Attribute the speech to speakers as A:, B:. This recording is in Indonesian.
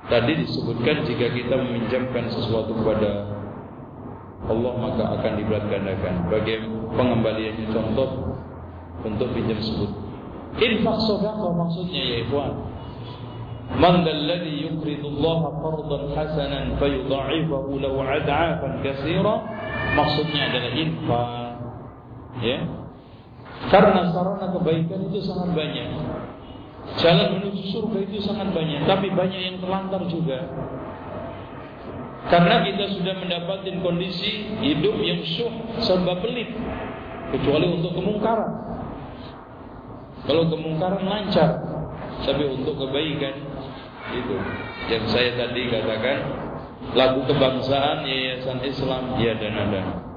A: Tadi disebutkan jika kita meminjamkan sesuatu kepada Allah maka akan diberat gandakan. Bagaimana pengembaliannya? Contoh untuk pinjam tersebut. Infak sedekah maksudnya ya ikhwan. Man alladhi yuqridullaha qardan hasanan fayudha'ifahu lahu 'ad'afan katsira. Maksudnya adalah infak. Ya. Karena sarana kebaikan itu sangat banyak. Jalan menuju surga itu sangat banyak, tapi banyak yang terlantar juga. Karena kita sudah mendapatkan kondisi hidup yang syuh, serba pelit, kecuali untuk kemungkaran. Kalau kemungkaran lancar, tapi untuk kebaikan itu yang saya tadi katakan, lagu kebangsaan Yayasan Islam ya dan ada.